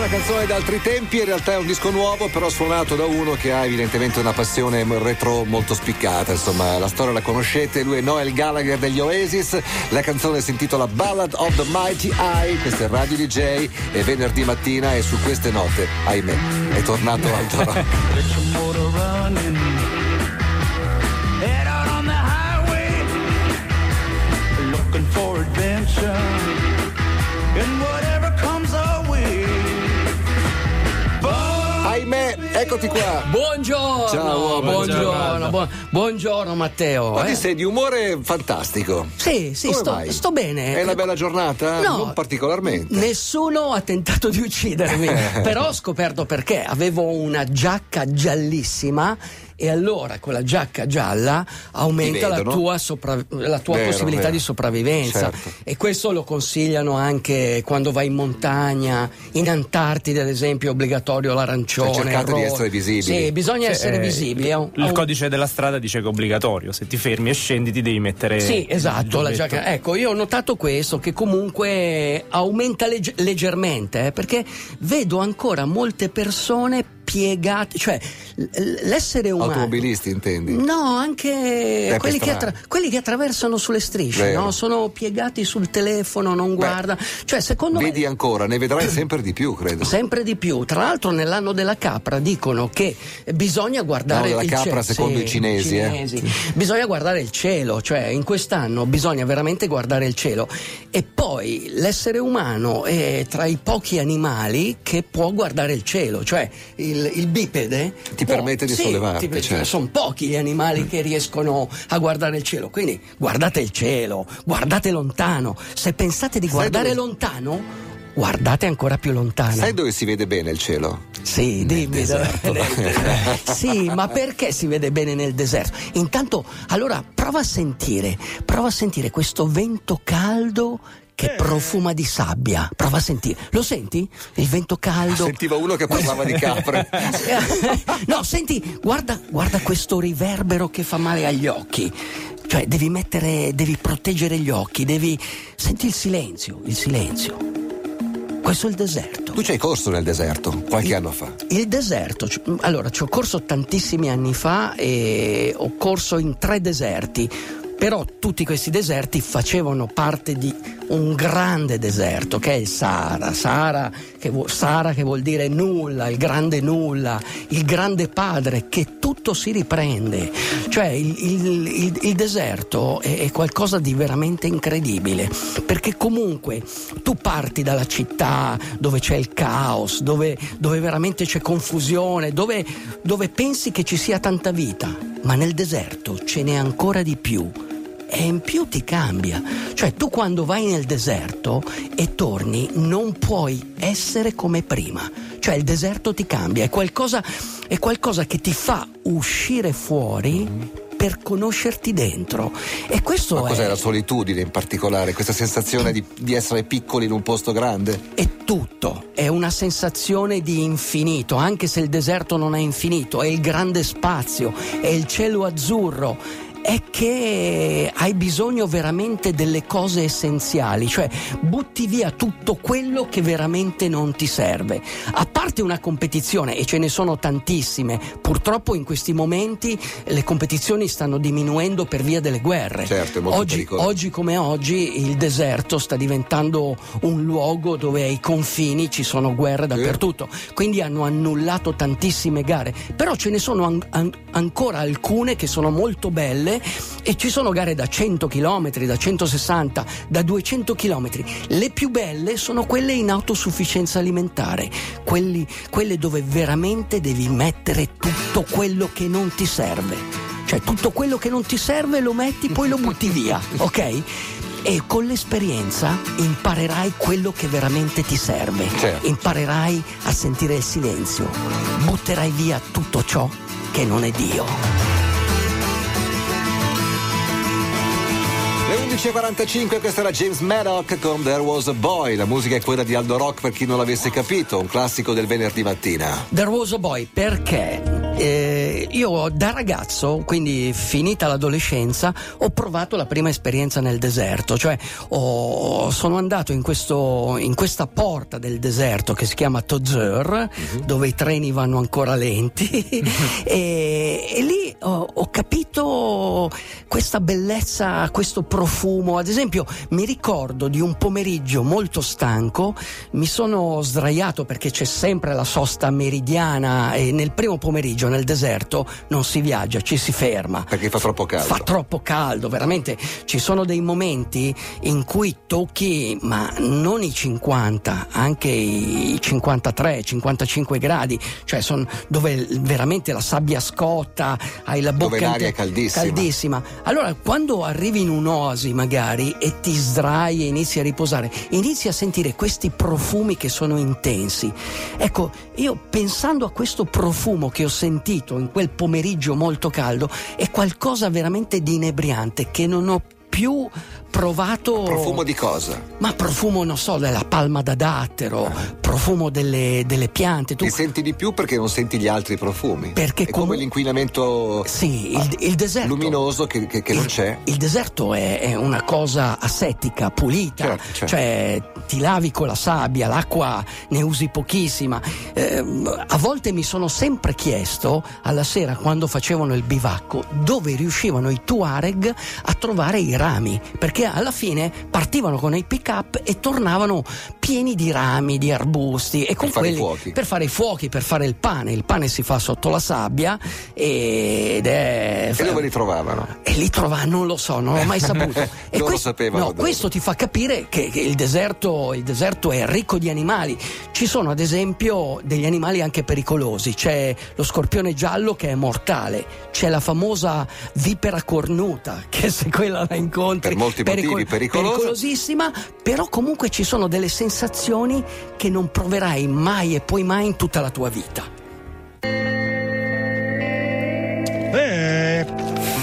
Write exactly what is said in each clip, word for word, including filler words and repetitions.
una canzone da altri tempi, in realtà è un disco nuovo, però suonato da uno che ha evidentemente una passione retro molto spiccata. Insomma, la storia la conoscete, lui è Noel Gallagher degli Oasis. La canzone si intitola Ballad of the Mighty Eye. Questo è Radio D J, è venerdì mattina e su queste note, ahimè, è tornato Aldo Rock. Head out on the highway, looking for adventure, and whatever comes our way. Ahimè, eccoti qua. Buongiorno. Ciao, buongiorno, buongiorno, buongiorno Matteo. Ma eh? ti sei di umore fantastico. Sì, sì, Come sto, mai? sto bene. È una bella giornata? No, non particolarmente. Nessuno ha tentato di uccidermi, però ho scoperto perché. Avevo una giacca giallissima e allora con la giacca gialla aumenta la tua, sopra, la tua vero, possibilità vero. di sopravvivenza. Certo. E questo lo consigliano anche quando vai in montagna, in Antartide ad esempio è obbligatorio l'arancione. Cioè, cercate il di ro- essere visibili. Sì, bisogna Sì, essere eh, visibili. Il, un- il un- codice della strada dice che è obbligatorio, se ti fermi e scendi ti devi mettere. Sì, esatto, il la giubbetto. giacca. Ecco, io ho notato questo, che comunque aumenta legge- leggermente, eh, perché vedo ancora molte persone piegate, cioè l- l'essere umano. Automobilisti intendi? No, anche Beh, quelli che, strada. attra- quelli che attraversano sulle strisce, Vero. no? Sono piegati sul telefono, non guarda. Cioè, secondo Vedi me. ancora, ne vedrai sempre di più, credo. Sempre di più. Tra l'altro nell'anno della capra dicono che bisogna guardare L'anno della il capra cielo. secondo i cinesi, eh. cinesi. Bisogna guardare il cielo, cioè in quest'anno bisogna veramente guardare il cielo. E poi l'essere umano è tra i pochi animali che può guardare il cielo, cioè il, il bipede Ti può- permette di sì, sollevarti, ti- certo. sono pochi gli animali che riescono a guardare il cielo, quindi guardate il cielo, guardate lontano. Se pensate di Sai guardare dove- lontano, guardate ancora più lontano. Sai dove si vede bene il cielo? Sì, dimmi. deserto. Sì, ma perché si vede bene nel deserto? Intanto, allora prova a sentire, prova a sentire questo vento caldo che profuma di sabbia. Prova a sentire. Lo senti? Il vento caldo. Sentiva uno che parlava di capre. No, senti, guarda, guarda questo riverbero che fa male agli occhi. Cioè, devi mettere, devi proteggere gli occhi, devi. Senti il silenzio, il silenzio. Questo è il deserto. Tu ci hai corso nel deserto qualche Il- anno fa. Il deserto, c- allora ci ho corso tantissimi anni fa e ho corso in tre deserti, però tutti questi deserti facevano parte di un grande deserto che è il Sahara, Sahara che, vu- Sahara che vuol dire nulla, il grande nulla, il grande padre che tutto si riprende, cioè il, il- il- il deserto è, è qualcosa di veramente incredibile, perché comunque tu parti dalla città dove c'è il caos, dove, dove veramente c'è confusione, dove, dove pensi che ci sia tanta vita, ma nel deserto ce n'è ancora di più. E in più ti cambia, cioè tu quando vai nel deserto e torni non puoi essere come prima, cioè il deserto ti cambia, è qualcosa, è qualcosa che ti fa uscire fuori per conoscerti dentro. E questo Ma cos'è è, la solitudine in particolare? Questa sensazione di, di essere piccoli in un posto grande? è tutto, è una sensazione di infinito, anche se il deserto non è infinito, è il grande spazio, è il cielo azzurro. È che hai bisogno veramente delle cose essenziali, cioè butti via tutto quello che veramente non ti serve. A parte una competizione, e ce ne sono tantissime, purtroppo in questi momenti le competizioni stanno diminuendo per via delle guerre. Certo, è molto oggi, pericoloso. oggi come oggi il deserto sta diventando un luogo dove ai confini ci sono guerre dappertutto, quindi hanno annullato tantissime gare, però ce ne sono an- an- ancora alcune che sono molto belle e ci sono gare da cento chilometri, da centosessanta, da duecento chilometri. Le più belle sono quelle in autosufficienza alimentare, quelli, quelle dove veramente devi mettere tutto quello che non ti serve. Cioè tutto quello che non ti serve lo metti, poi lo butti via, ok? E con l'esperienza imparerai quello che veramente ti serve. Certo. Imparerai a sentire il silenzio. Butterai via tutto ciò che non è Dio. Le undici e quarantacinque, questa era James Maddock con There Was a Boy. La musica è quella di Aldo Rock, per chi non l'avesse capito, un classico del venerdì mattina. There Was a Boy, perché? Eh, io da ragazzo, quindi finita l'adolescenza, ho provato la prima esperienza nel deserto, cioè ho, sono andato in, questo, in questa porta del deserto che si chiama Tozeur, uh-huh. dove i treni vanno ancora lenti e, e lì ho, ho capito questa bellezza, questo profumo. Ad esempio mi ricordo di un pomeriggio molto stanco, mi sono sdraiato perché c'è sempre la sosta meridiana e nel primo pomeriggio nel deserto non si viaggia, ci si ferma perché fa troppo caldo. Fa troppo caldo, veramente. Ci sono dei momenti in cui tocchi, ma non i cinquanta, anche i cinquantatré, cinquantacinque gradi, cioè sono dove veramente la sabbia scotta, hai la bocca, dove l'aria è caldissima. caldissima. Allora quando arrivi in un'oasi magari e ti sdrai e inizi a riposare, inizi a sentire questi profumi che sono intensi. Ecco, io pensando a questo profumo che ho sentito in quel pomeriggio molto caldo, è qualcosa veramente di inebriante che non ho più provato. Profumo di cosa? Ma profumo, non so, della palma da dattero, profumo delle, delle piante. Tu ti senti di più perché non senti gli altri profumi? Perché è com- come l'inquinamento sì, il, il deserto, luminoso che, che, che il, non c'è. Il deserto è, è una cosa asettica, pulita, certo, certo. Cioè ti lavi con la sabbia, l'acqua ne usi pochissima. Eh, a volte mi sono sempre chiesto alla sera quando facevano il bivacco dove riuscivano i Tuareg a trovare i rami, perché alla fine partivano con i pick up e tornavano pieni di rami, di arbusti e con per fare quelli i fuochi. per fare i fuochi, per fare il pane. Il pane si fa sotto la sabbia ed è. E dove li trovavano? E li trovavano, non lo so, non l'ho mai saputo. E non questo, lo sapevano. No, questo ti fa capire che, che il deserto, il deserto è ricco di animali. Ci sono ad esempio degli animali anche pericolosi. C'è lo scorpione giallo che è mortale, c'è la famosa vipera cornuta che se quella la incontri per molti pericol- motivi pericolosa. pericolosissima, però comunque ci sono delle sensazioni che non proverai mai e poi mai in tutta la tua vita. Eh.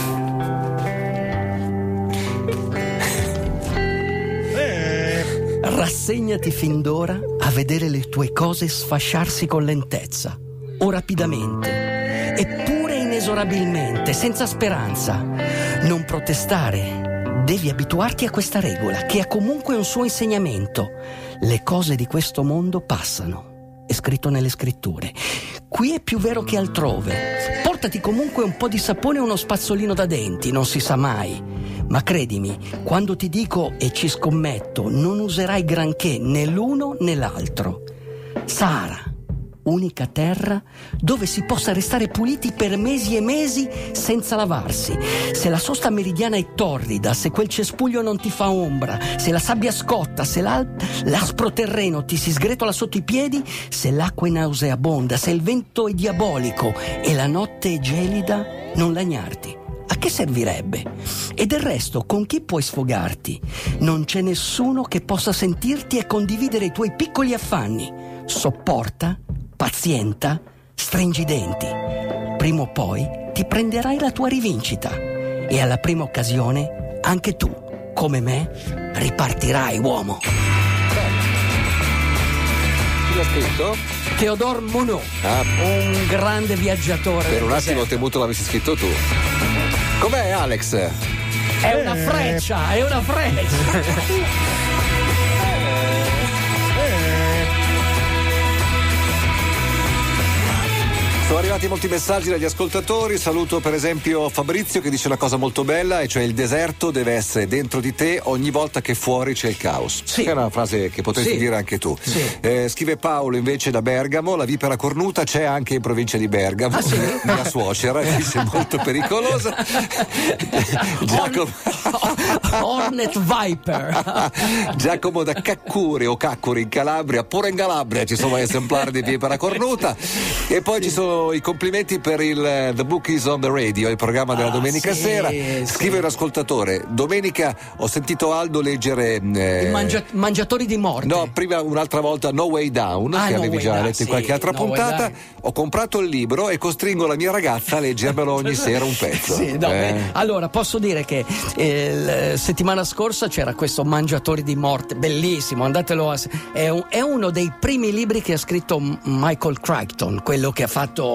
Eh. Rassegnati fin d'ora a vedere le tue cose sfasciarsi con lentezza o rapidamente, eppure inesorabilmente, senza speranza. Non protestare, devi abituarti a questa regola che ha comunque un suo insegnamento. Le cose di questo mondo passano, è scritto nelle scritture. Qui è più vero che altrove. Portati comunque un po' di sapone e uno spazzolino da denti, non si sa mai. Ma credimi, quando ti dico e ci scommetto, non userai granché né l'uno né l'altro. Sahara, unica terra dove si possa restare puliti per mesi e mesi senza lavarsi. Se la sosta meridiana è torrida, se quel cespuglio non ti fa ombra, se la sabbia scotta, se l'aspro terreno ti si sgretola sotto i piedi, se l'acqua è nauseabonda, se il vento è diabolico e la notte è gelida, non lagnarti. A che servirebbe? E del resto, con chi puoi sfogarti? Non c'è nessuno che possa sentirti e condividere i tuoi piccoli affanni. Sopporta, pazienta, stringi i denti. Prima o poi ti prenderai la tua rivincita e alla prima occasione anche tu, come me, ripartirai, uomo. Chi l'ha scritto? Théodore Monod, ah. un grande viaggiatore. Per un attimo deserto. ho temuto l'avessi scritto tu. Com'è, Alex? È una freccia, è una freccia. Sono arrivati molti messaggi dagli ascoltatori. Saluto per esempio Fabrizio che dice una cosa molto bella, e cioè il deserto deve essere dentro di te ogni volta che fuori c'è il caos. Sì. È una frase che potresti Sì. dire anche tu. Sì. Eh, scrive Paolo invece da Bergamo, la vipera cornuta c'è anche in provincia di Bergamo. Ah, sì? Mia suocera dice molto pericolosa. Giacomo Hornet Viper. Giacomo da Caccuri o Caccuri in Calabria, pure in Calabria ci sono esemplari di vipera cornuta. E poi ci sono i complimenti per il The Book is on the Radio, il programma della Ah, domenica sì, sera. sì. Scrive un ascoltatore: domenica ho sentito Aldo leggere eh, I mangia- mangiatori di morte. no, prima un'altra volta No Way Down, Ah, che No avevi Way già Down, letto in sì, qualche altra No Way puntata. Down. Ho comprato il libro e costringo la mia ragazza a leggermelo ogni sera un pezzo. Sì, no, Eh. beh, allora posso dire che eh, la settimana scorsa c'era questo Mangiatori di morte, bellissimo, andatelo a. È, un, è uno dei primi libri che ha scritto Michael Crichton, quello che ha fatto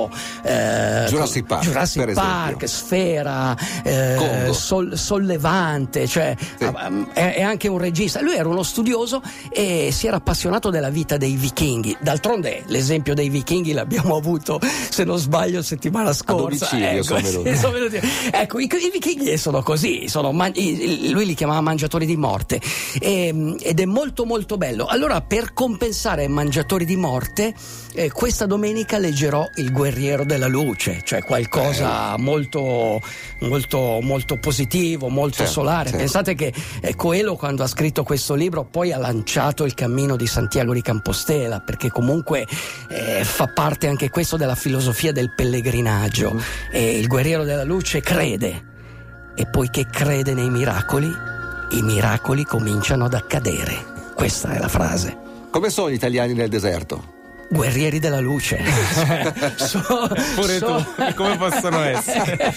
tipo eh, Jurassic Park, Jurassic per Park, Sfera, eh, Sol, Sollevante, cioè Sì. è, è anche un regista. Lui era uno studioso e si era appassionato della vita dei vichinghi. D'altronde l'esempio dei vichinghi l'abbiamo avuto, se non sbaglio, settimana scorsa. domicilio ecco, sono venuti. sono venuti. Ecco, i, i vichinghi sono così, sono man- lui li chiamava mangiatori di morte, e, ed è molto molto bello. Allora, per compensare i mangiatori di morte, eh, questa domenica leggerò Il Guerriero della Luce, cioè qualcosa eh. molto molto molto positivo, molto Certo, solare. certo. Pensate che eh, Coelho, quando ha scritto questo libro, poi ha lanciato il cammino di Santiago di Compostela, perché comunque eh, fa parte anche questo della filosofia del pellegrinaggio. Mm. E il Guerriero della Luce crede, e poiché crede nei miracoli, i miracoli cominciano ad accadere. Questa è la frase. Come sono gli italiani nel deserto? Guerrieri della luce. So- Pure so- tu, come possono essere?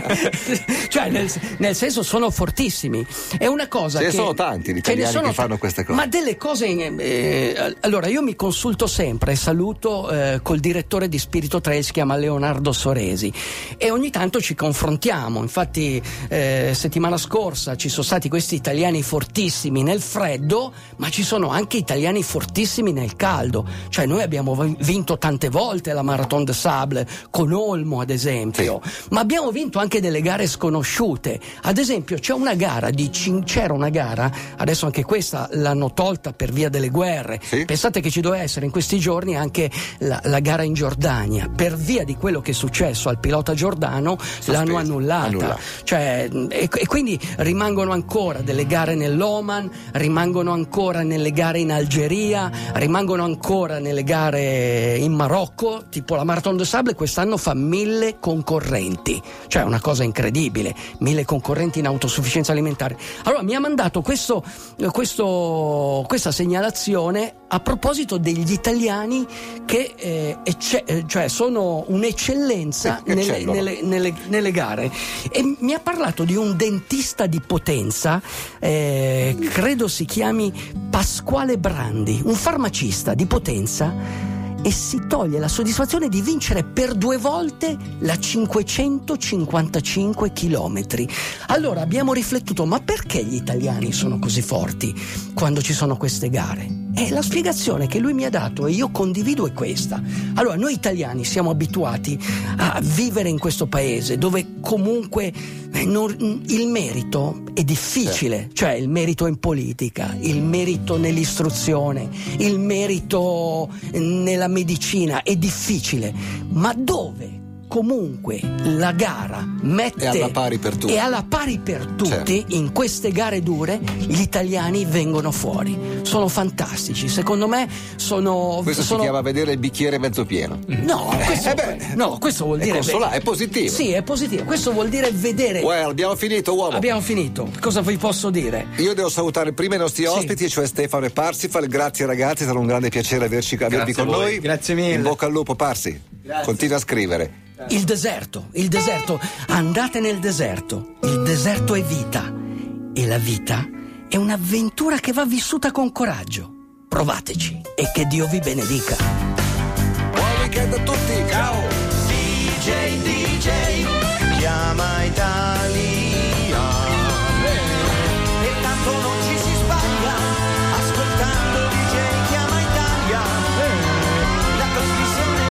Cioè, nel, nel senso, sono fortissimi. È una cosa Ce ne che sono tanti di ce ne italiani sono che fanno queste cose. Ma delle cose. eh, allora, io mi consulto sempre e saluto eh, col direttore di Spirito Trail, si chiama Leonardo Soresi, e ogni tanto ci confrontiamo. Infatti, eh, settimana scorsa ci sono stati questi italiani fortissimi nel freddo, ma ci sono anche italiani fortissimi nel caldo. Cioè, noi abbiamo vinto tante volte la Marathon des Sables con Olmo, ad esempio, sì. Ma abbiamo vinto anche delle gare sconosciute. Ad esempio, c'è una gara di cin- c'era una gara, adesso anche questa l'hanno tolta per via delle guerre. Sì. Pensate che ci doveva essere in questi giorni anche la, la gara in Giordania. Per via di quello che è successo al pilota giordano, Sospesa, l'hanno annullata. annullata. Cioè, e, e quindi rimangono ancora delle gare nell'Oman, rimangono ancora nelle gare in Algeria, rimangono ancora nelle gare in Marocco, tipo la Marathon des Sables quest'anno fa mille concorrenti, cioè una cosa incredibile, mille concorrenti in autosufficienza alimentare. Allora mi ha mandato questo, questo, questa segnalazione a proposito degli italiani che eh, ecce- cioè sono un'eccellenza Che- che nelle, eccellono. nelle, nelle, nelle gare, e mi ha parlato di un dentista di Potenza, eh, credo si chiami Pasquale Brandi, un farmacista di Potenza, e si toglie la soddisfazione di vincere per due volte la cinquecentocinquantacinque chilometri. Allora abbiamo riflettuto, ma perché gli italiani sono così forti quando ci sono queste gare? E la spiegazione che lui mi ha dato, e io condivido, è questa. Allora, noi italiani siamo abituati a vivere in questo paese dove comunque eh, non, il merito è difficile, cioè il merito in politica, il merito nell'istruzione, il merito nella medicina è difficile, ma dove comunque la gara mette È alla pari per tutti. è alla pari per tutti, Certo. in queste gare dure gli italiani vengono fuori, sono fantastici, secondo me sono Questo sono... si chiama vedere il bicchiere mezzo pieno. no questo, Eh beh, no questo vuol è dire consola- è positivo. sì, è positivo, questo vuol dire vedere. Well, abbiamo finito, uomo. Abbiamo finito, cosa vi posso dire? Io devo salutare prima i nostri Sì. ospiti, cioè Stefano e Parsifal. Grazie ragazzi, è stato un grande piacere averci, avervi Grazie con a voi. noi. Grazie mille. In bocca al lupo, Parsi. Continua a scrivere. Il deserto, il deserto, andate nel deserto, il deserto è vita, e la vita è un'avventura che va vissuta con coraggio. Provateci e che Dio vi benedica. Buon weekend a tutti. Ciao. D J D